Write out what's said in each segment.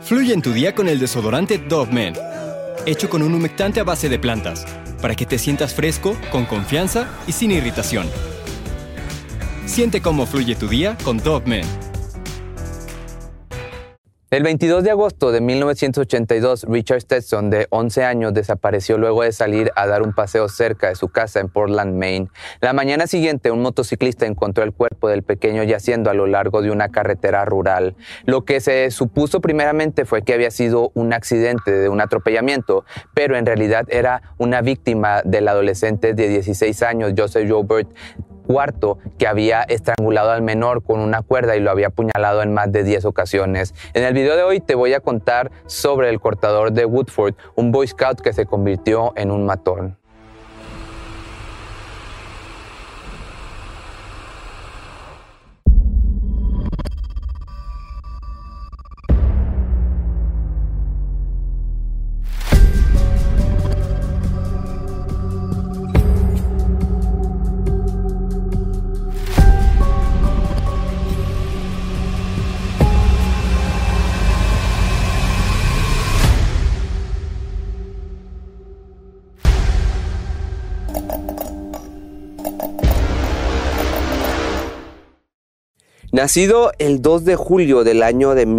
Fluye en tu día con el desodorante Dove Men, hecho con un humectante a base de plantas, para que te sientas fresco, con confianza y sin irritación. Siente cómo fluye tu día con Dove Men. El 22 de agosto de 1982, Richard Stetson, de 11 años, desapareció luego de salir a dar un paseo cerca de su casa en Portland, Maine. La mañana siguiente, un motociclista encontró el cuerpo del pequeño yaciendo a lo largo de una carretera rural. Lo que se supuso primeramente fue que había sido un accidente de un atropellamiento, pero en realidad era una víctima del adolescente de 16 años, Joseph Joubert IV, que había estrangulado al menor con una cuerda y lo había apuñalado en más de 10 ocasiones. En el video de hoy te voy a contar sobre el cortador de Woodford, un Boy Scout que se convirtió en un matón. Nacido el 2 de julio del año de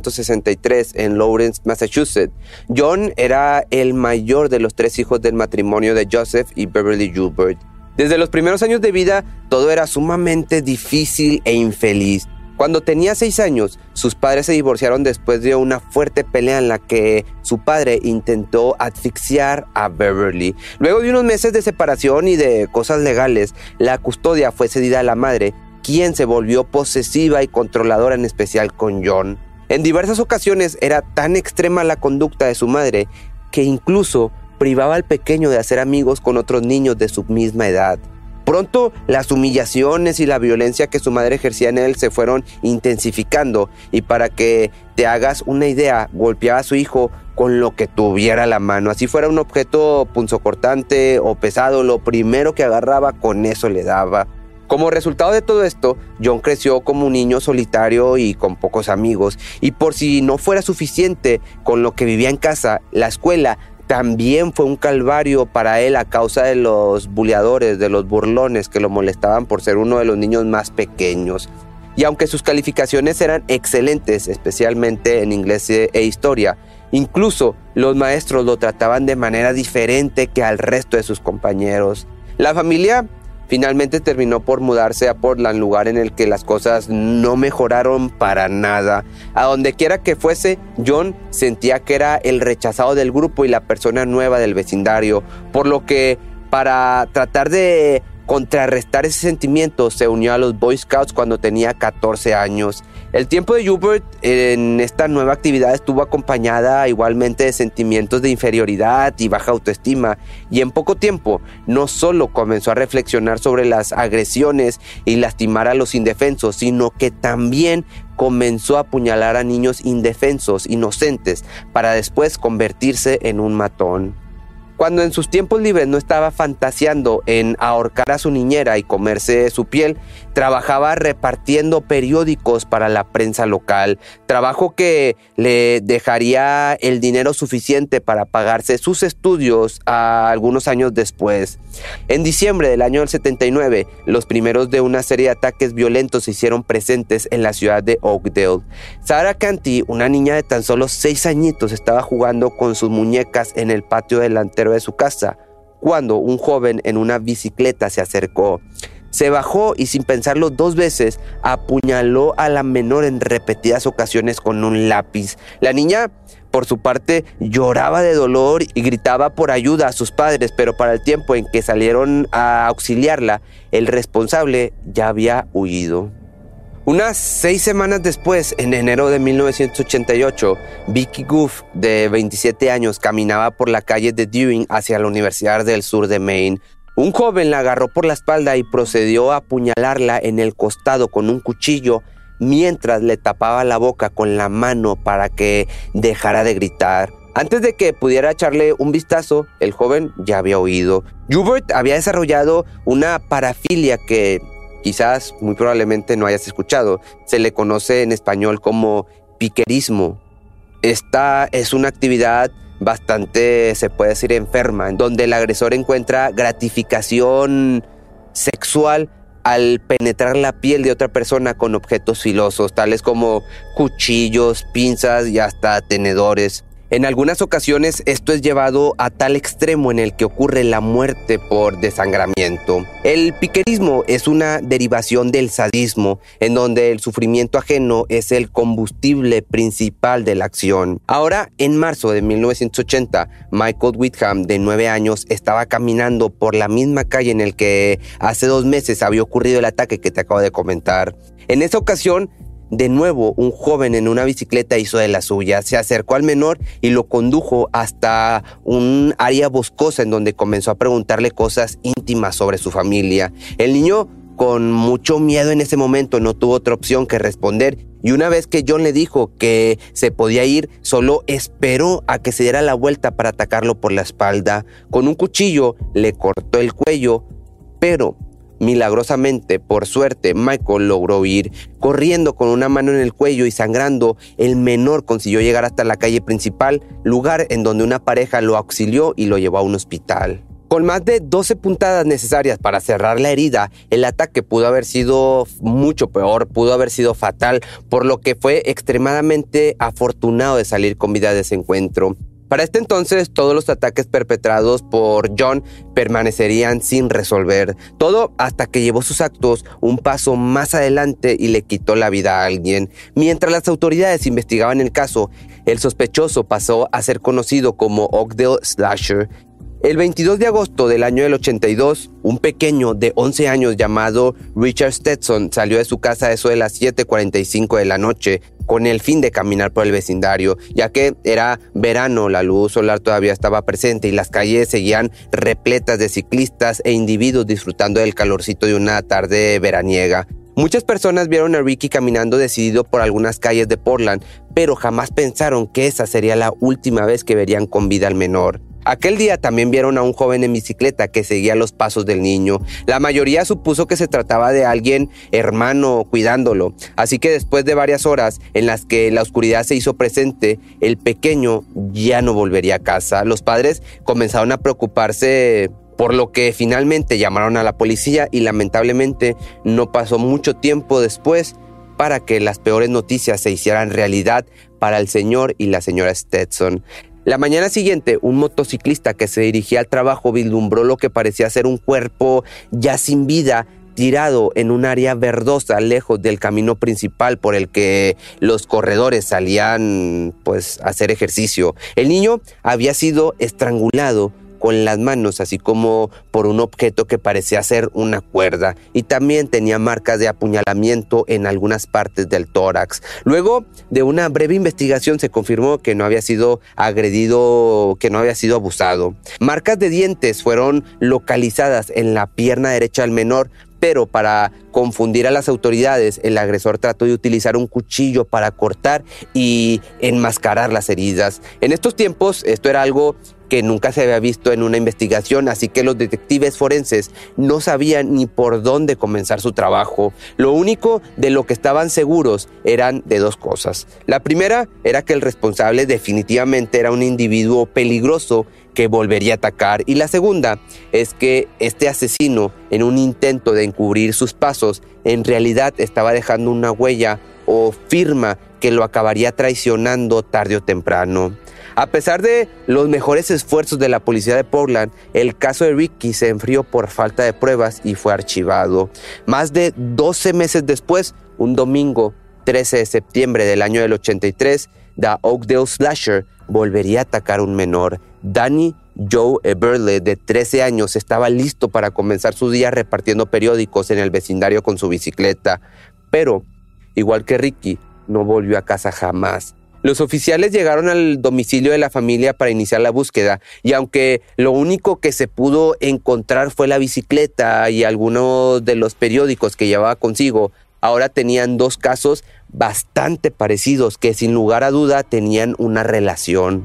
1963 en Lawrence, Massachusetts, John era el mayor de los 3 hijos del matrimonio de Joseph y Beverly Joubert. Desde los primeros años de vida, todo era sumamente difícil e infeliz. Cuando tenía 6 años, sus padres se divorciaron después de una fuerte pelea en la que su padre intentó asfixiar a Beverly. Luego de unos meses de separación y de cosas legales, la custodia fue cedida a la madre, quien se volvió posesiva y controladora, en especial con John. En diversas ocasiones era tan extrema la conducta de su madre que incluso privaba al pequeño de hacer amigos con otros niños de su misma edad. Pronto las humillaciones y la violencia que su madre ejercía en él se fueron intensificando, y para que te hagas una idea, golpeaba a su hijo con lo que tuviera a la mano. Así fuera un objeto punzocortante o pesado, lo primero que agarraba, con eso le daba. Como resultado de todo esto, John creció como un niño solitario y con pocos amigos, y por si no fuera suficiente con lo que vivía en casa, la escuela también fue un calvario para él a causa de los buleadores, de los burlones que lo molestaban por ser uno de los niños más pequeños. Y aunque sus calificaciones eran excelentes, especialmente en inglés e historia, incluso los maestros lo trataban de manera diferente que al resto de sus compañeros. La familia finalmente terminó por mudarse a Portland, lugar en el que las cosas no mejoraron para nada. A donde quiera que fuese, John sentía que era el rechazado del grupo y la persona nueva del vecindario, por lo que para tratar de contrarrestar ese sentimiento se unió a los Boy Scouts cuando tenía 14 años. El tiempo de Joubert en esta nueva actividad estuvo acompañada igualmente de sentimientos de inferioridad y baja autoestima, y en poco tiempo no solo comenzó a reflexionar sobre las agresiones y lastimar a los indefensos, sino que también comenzó a apuñalar a niños indefensos, inocentes, para después convertirse en un matón. Cuando en sus tiempos libres no estaba fantaseando en ahorcar a su niñera y comerse su piel, trabajaba repartiendo periódicos para la prensa local, trabajo que le dejaría el dinero suficiente para pagarse sus estudios algunos años después. En diciembre del año 79, los primeros de una serie de ataques violentos se hicieron presentes en la ciudad de Oakdale. Sarah Canty, una niña de tan solo 6 añitos, estaba jugando con sus muñecas en el patio delantero de su casa, cuando un joven en una bicicleta se acercó. Se bajó y, sin pensarlo 2 veces, apuñaló a la menor en repetidas ocasiones con un lápiz. La niña, por su parte, lloraba de dolor y gritaba por ayuda a sus padres, pero para el tiempo en que salieron a auxiliarla, el responsable ya había huido. Unas 6 semanas después, en enero de 1988, Vicky Goof, de 27 años, caminaba por la calle de Dewing hacia la Universidad del Sur de Maine. Un joven la agarró por la espalda y procedió a apuñalarla en el costado con un cuchillo, mientras le tapaba la boca con la mano para que dejara de gritar. Antes de que pudiera echarle un vistazo, el joven ya había huido. Joubert había desarrollado una parafilia que quizás muy probablemente no hayas escuchado. Se le conoce en español como piquerismo. Esta es una actividad bastante, se puede decir, enferma, en donde el agresor encuentra gratificación sexual al penetrar la piel de otra persona con objetos filosos, tales como cuchillos, pinzas y hasta tenedores. En algunas ocasiones esto es llevado a tal extremo en el que ocurre la muerte por desangramiento. El piquerismo es una derivación del sadismo, en donde el sufrimiento ajeno es el combustible principal de la acción. Ahora, en marzo de 1980, Michael Whitham, de 9 años, estaba caminando por la misma calle en el que hace 2 meses había ocurrido el ataque que te acabo de comentar. En esa ocasión, de nuevo, un joven en una bicicleta hizo de la suya. Se acercó al menor y lo condujo hasta un área boscosa en donde comenzó a preguntarle cosas íntimas sobre su familia. El niño, con mucho miedo en ese momento, no tuvo otra opción que responder. Y una vez que John le dijo que se podía ir, solo esperó a que se diera la vuelta para atacarlo por la espalda. Con un cuchillo le cortó el cuello, pero milagrosamente, por suerte, Michael logró huir. Corriendo con una mano en el cuello y sangrando, el menor consiguió llegar hasta la calle principal, lugar en donde una pareja lo auxilió y lo llevó a un hospital. Con más de 12 puntadas necesarias para cerrar la herida, el ataque pudo haber sido mucho peor, pudo haber sido fatal, por lo que fue extremadamente afortunado de salir con vida de ese encuentro. Para este entonces, todos los ataques perpetrados por John permanecerían sin resolver. Todo hasta que llevó sus actos un paso más adelante y le quitó la vida a alguien. Mientras las autoridades investigaban el caso, el sospechoso pasó a ser conocido como Oakdale Slasher. El 22 de agosto del año del 82, un pequeño de 11 años llamado Richard Stetson salió de su casa a eso de las 7:45 de la noche con el fin de caminar por el vecindario, ya que era verano, la luz solar todavía estaba presente y las calles seguían repletas de ciclistas e individuos disfrutando del calorcito de una tarde veraniega. Muchas personas vieron a Ricky caminando decidido por algunas calles de Portland, pero jamás pensaron que esa sería la última vez que verían con vida al menor. Aquel día también vieron a un joven en bicicleta que seguía los pasos del niño. La mayoría supuso que se trataba de alguien hermano cuidándolo. Así que después de varias horas en las que la oscuridad se hizo presente, el pequeño ya no volvería a casa. Los padres comenzaron a preocuparse, por lo que finalmente llamaron a la policía y lamentablemente no pasó mucho tiempo después para que las peores noticias se hicieran realidad para el señor y la señora Stetson. La mañana siguiente, un motociclista que se dirigía al trabajo vislumbró lo que parecía ser un cuerpo ya sin vida, tirado en un área verdosa lejos del camino principal por el que los corredores salían a hacer ejercicio. El niño había sido estrangulado con las manos, así como por un objeto que parecía ser una cuerda, y también tenía marcas de apuñalamiento en algunas partes del tórax. Luego de una breve investigación se confirmó que no había sido agredido, que no había sido abusado. Marcas de dientes fueron localizadas en la pierna derecha del menor, pero para confundir a las autoridades, el agresor trató de utilizar un cuchillo para cortar y enmascarar las heridas. En estos tiempos, esto era algo que nunca se había visto en una investigación, así que los detectives forenses no sabían ni por dónde comenzar su trabajo. Lo único de lo que estaban seguros eran de dos cosas. La primera era que el responsable definitivamente era un individuo peligroso que volvería a atacar, y la segunda es que este asesino, en un intento de encubrir sus pasos, en realidad estaba dejando una huella o firma que lo acabaría traicionando tarde o temprano. A pesar de los mejores esfuerzos de la policía de Portland, el caso de Ricky se enfrió por falta de pruebas y fue archivado. Más de 12 meses después, un domingo 13 de septiembre del año del 83, The Oakdale Slasher volvería a atacar a un menor. Danny Joe Eberle, de 13 años, estaba listo para comenzar su día repartiendo periódicos en el vecindario con su bicicleta. Pero, igual que Ricky, no volvió a casa jamás. Los oficiales llegaron al domicilio de la familia para iniciar la búsqueda, y aunque lo único que se pudo encontrar fue la bicicleta y algunos de los periódicos que llevaba consigo, ahora tenían dos casos bastante parecidos que sin lugar a duda tenían una relación.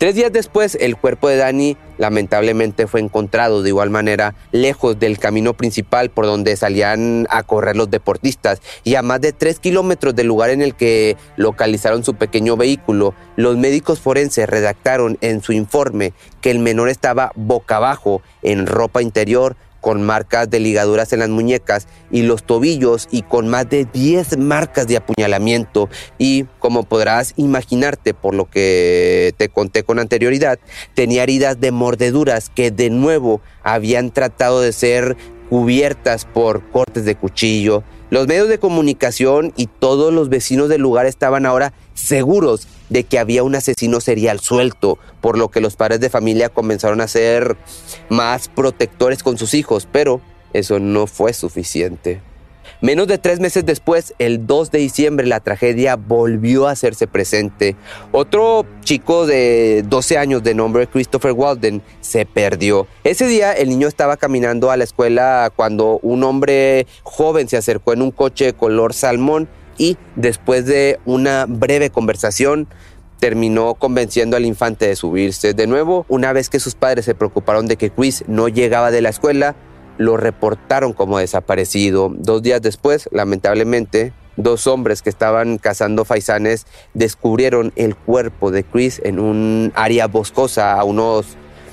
3 días después, el cuerpo de Danny lamentablemente fue encontrado de igual manera lejos del camino principal por donde salían a correr los deportistas y a más de 3 kilómetros del lugar en el que localizaron su pequeño vehículo. Los médicos forenses redactaron en su informe que el menor estaba boca abajo en ropa interior, con marcas de ligaduras en las muñecas y los tobillos y con más de 10 marcas de apuñalamiento. Y como podrás imaginarte por lo que te conté con anterioridad, tenía heridas de mordeduras que de nuevo habían tratado de ser cubiertas por cortes de cuchillo. Los medios de comunicación y todos los vecinos del lugar estaban ahora seguros de que había un asesino serial suelto, por lo que los padres de familia comenzaron a ser más protectores con sus hijos, pero eso no fue suficiente. Menos de 3 meses después, el 2 de diciembre, la tragedia volvió a hacerse presente. Otro chico de 12 años de nombre Christopher Walden se perdió. Ese día el niño estaba caminando a la escuela cuando un hombre joven se acercó en un coche color salmón y después de una breve conversación terminó convenciendo al infante de subirse. De nuevo, una vez que sus padres se preocuparon de que Chris no llegaba de la escuela, lo reportaron como desaparecido. 2 días después, lamentablemente, 2 hombres que estaban cazando faisanes descubrieron el cuerpo de Chris en un área boscosa a unos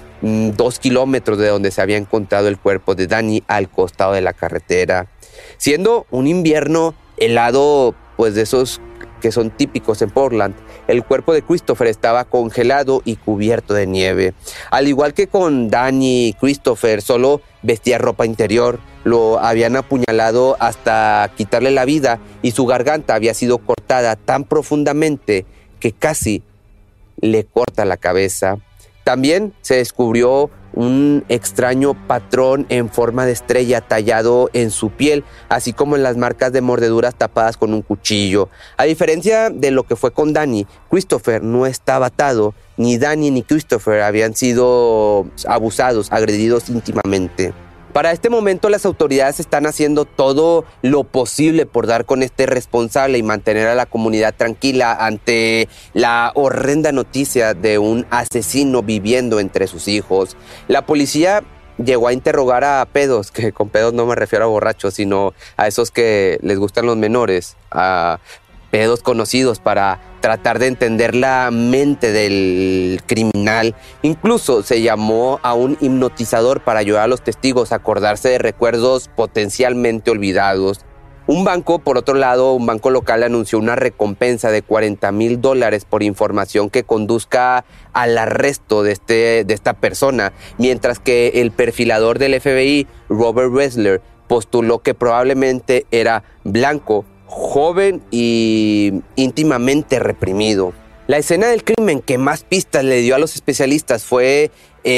2 kilómetros de donde se había encontrado el cuerpo de Danny al costado de la carretera. Siendo un invierno helado, pues de esos que son típicos en Portland, el cuerpo de Christopher estaba congelado y cubierto de nieve. Al igual que con Danny, Christopher solo vestía ropa interior. Lo habían apuñalado hasta quitarle la vida y su garganta había sido cortada tan profundamente que casi le corta la cabeza. También se descubrió un extraño patrón en forma de estrella tallado en su piel, así como en las marcas de mordeduras tapadas con un cuchillo. A diferencia de lo que fue con Danny, Christopher no estaba atado. Ni Danny ni Christopher habían sido abusados, agredidos íntimamente. Para este momento las autoridades están haciendo todo lo posible por dar con este responsable y mantener a la comunidad tranquila ante la horrenda noticia de un asesino viviendo entre sus hijos. La policía llegó a interrogar a pedos, que con pedos no me refiero a borrachos, sino a esos que les gustan los menores, a pedos conocidos, para tratar de entender la mente del criminal. Incluso se llamó a un hipnotizador para ayudar a los testigos a acordarse de recuerdos potencialmente olvidados. Un banco, por otro lado, un banco local anunció una recompensa de $40,000 por información que conduzca al arresto de esta persona, mientras que el perfilador del FBI, Robert Ressler, postuló que probablemente era blanco, joven y íntimamente reprimido. La escena del crimen que más pistas le dio a los especialistas fue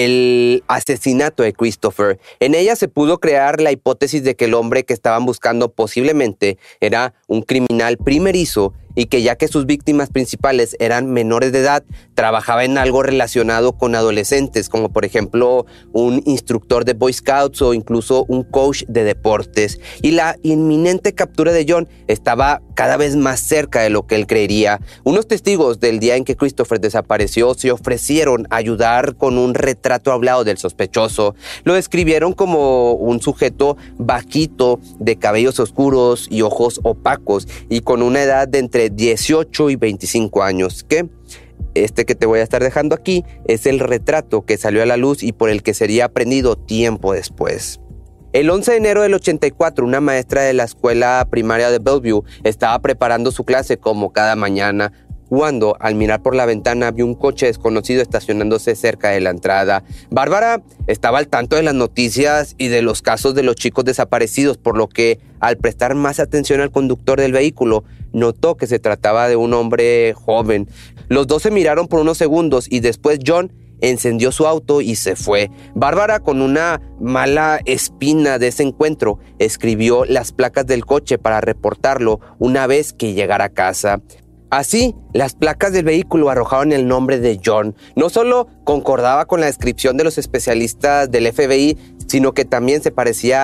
el asesinato de Christopher. En ella se pudo crear la hipótesis de que el hombre que estaban buscando posiblemente era un criminal primerizo y que, ya que sus víctimas principales eran menores de edad, trabajaba en algo relacionado con adolescentes, como por ejemplo un instructor de Boy Scouts o incluso un coach de deportes. Y la inminente captura de John estaba cada vez más cerca de lo que él creería. Unos testigos del día en que Christopher desapareció se ofrecieron a ayudar con un retrato hablado del sospechoso. Lo describieron como un sujeto bajito, de cabellos oscuros y ojos opacos, y con una edad de entre 18 y 25 años, que te voy a estar dejando aquí es el retrato que salió a la luz y por el que sería aprendido tiempo después. El 11 de enero del 84, una maestra de la escuela primaria de Bellevue estaba preparando su clase como cada mañana, cuando al mirar por la ventana vio un coche desconocido estacionándose cerca de la entrada. Bárbara estaba al tanto de las noticias y de los casos de los chicos desaparecidos, por lo que al prestar más atención al conductor del vehículo, notó que se trataba de un hombre joven. Los dos se miraron por unos segundos y después John encendió su auto y se fue. Bárbara, con una mala espina de ese encuentro, escribió las placas del coche para reportarlo una vez que llegara a casa. Así, las placas del vehículo arrojaron el nombre de John. No solo concordaba con la descripción de los especialistas del FBI, sino que también se parecía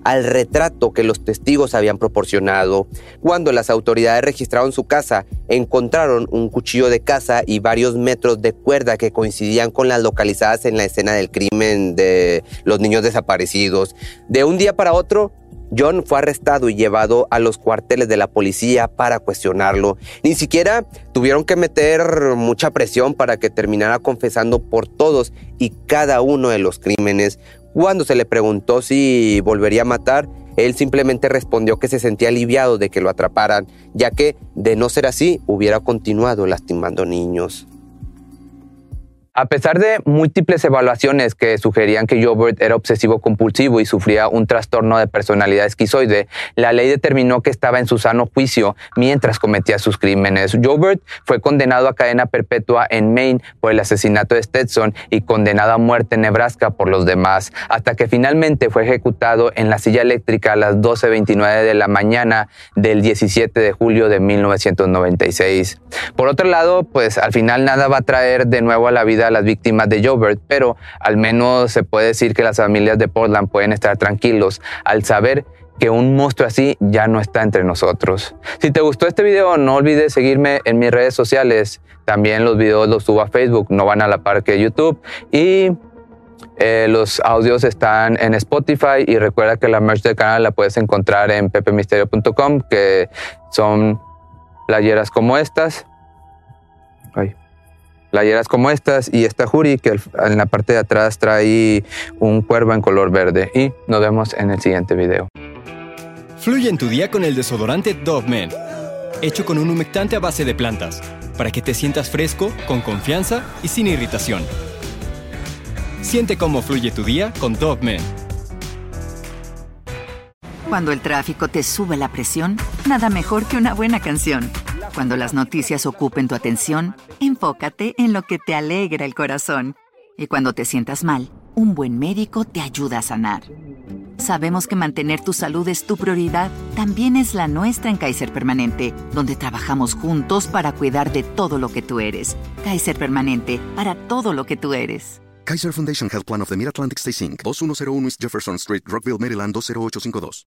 al retrato que los testigos habían proporcionado. Cuando las autoridades registraron su casa, encontraron un cuchillo de caza y varios metros de cuerda que coincidían con las localizadas en la escena del crimen de los niños desaparecidos. De un día para otro, John fue arrestado y llevado a los cuarteles de la policía para cuestionarlo. Ni siquiera tuvieron que meter mucha presión para que terminara confesando por todos y cada uno de los crímenes. Cuando se le preguntó si volvería a matar, él simplemente respondió que se sentía aliviado de que lo atraparan, ya que, de no ser así, hubiera continuado lastimando niños. A pesar de múltiples evaluaciones que sugerían que Joubert era obsesivo-compulsivo y sufría un trastorno de personalidad esquizoide, la ley determinó que estaba en su sano juicio mientras cometía sus crímenes. Joubert fue condenado a cadena perpetua en Maine por el asesinato de Stetson y condenado a muerte en Nebraska por los demás, hasta que finalmente fue ejecutado en la silla eléctrica a las 12:29 de la mañana del 17 de julio de 1996. Por otro lado, pues al final nada va a traer de nuevo a la vida a las víctimas de Joubert, pero al menos se puede decir que las familias de Portland pueden estar tranquilos al saber que un monstruo así ya no está entre nosotros. Si te gustó este video, no olvides seguirme en mis redes sociales. También los videos los subo a Facebook, no van a la par que YouTube. Y los audios están en Spotify. Y recuerda que la merch del canal la puedes encontrar en pepemisterio.com, que son playeras como estas. Playeras como estas y esta hoodie que en la parte de atrás trae un cuervo en color verde. Y nos vemos en el siguiente video. Fluye en tu día con el desodorante Dove Men, hecho con un humectante a base de plantas, para que te sientas fresco, con confianza y sin irritación. Siente cómo fluye tu día con Dove Men. Cuando el tráfico te sube la presión, nada mejor que una buena canción. Cuando las noticias ocupen tu atención, enfócate en lo que te alegra el corazón. Y cuando te sientas mal, un buen médico te ayuda a sanar. Sabemos que mantener tu salud es tu prioridad. También es la nuestra en Kaiser Permanente, donde trabajamos juntos para cuidar de todo lo que tú eres. Kaiser Permanente, para todo lo que tú eres. Kaiser Foundation Health Plan of the Mid-Atlantic Stay Inc. 2101 East Jefferson Street, Rockville, Maryland 20852.